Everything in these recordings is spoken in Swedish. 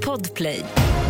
Podplay.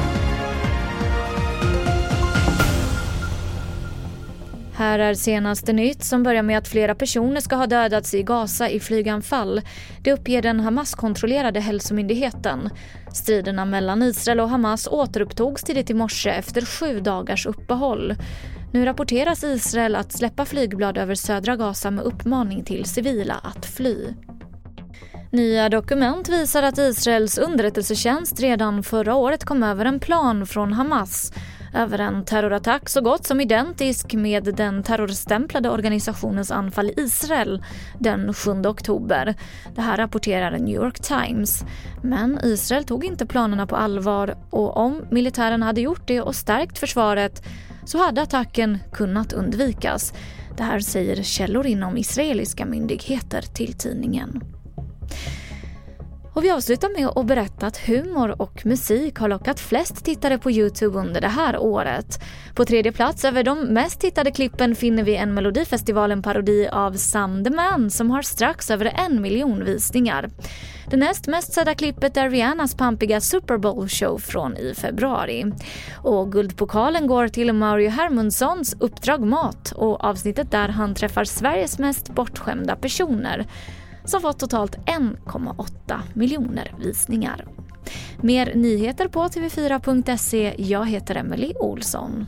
Här är senaste nytt som börjar med att flera personer ska ha dödats i Gaza i flyganfall. Det uppger den Hamas-kontrollerade hälsomyndigheten. Striderna mellan Israel och Hamas återupptogs tidigt i morse efter 7 dagars uppehåll. Nu rapporteras Israel att släppa flygblad över södra Gaza med uppmaning till civila att fly. Nya dokument visar att Israels underrättelsetjänst redan förra året kom över en plan från Hamas över en terrorattack så gott som identisk med den terrorstämplade organisationens anfall i Israel den 7 oktober. Det här rapporterar New York Times. Men Israel tog inte planerna på allvar och om militären hade gjort det och stärkt försvaret så hade attacken kunnat undvikas. Det här säger källor inom israeliska myndigheter till tidningen. Och vi avslutar med att berätta att humor och musik har lockat flest tittare på YouTube under det här året. På 3:e plats över de mest tittade klippen finner vi en Melodifestivalen-parodi av Sam the Man som har strax över 1 miljon visningar. Det näst mest sedda klippet är Rihannas pampiga Super Bowl-show från i februari. Och guldpokalen går till Mario Hermundssons Uppdrag Mat och avsnittet där han träffar Sveriges mest bortskämda personer som fått totalt 1,8 miljoner visningar. Mer nyheter på tv4.se. Jag heter Emily Olsson.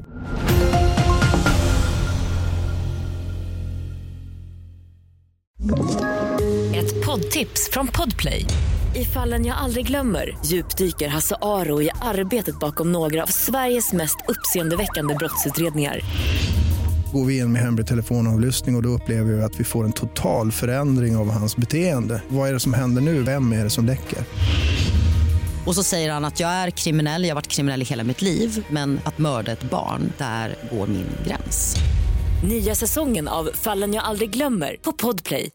Ett poddtips från Podplay. I Fallen jag aldrig glömmer djupdyker Hasse Aro i arbetet bakom några av Sveriges mest uppseendeväckande brottsutredningar. Går vi in med hemlig telefonavlyssning och då upplever vi att vi får en total förändring av hans beteende. Vad är det som händer nu? Vem är det som läcker? Och så säger han att jag är kriminell, jag har varit kriminell i hela mitt liv. Men att mörda ett barn, där går min gräns. Nya säsongen av Fallen jag aldrig glömmer på Podplay.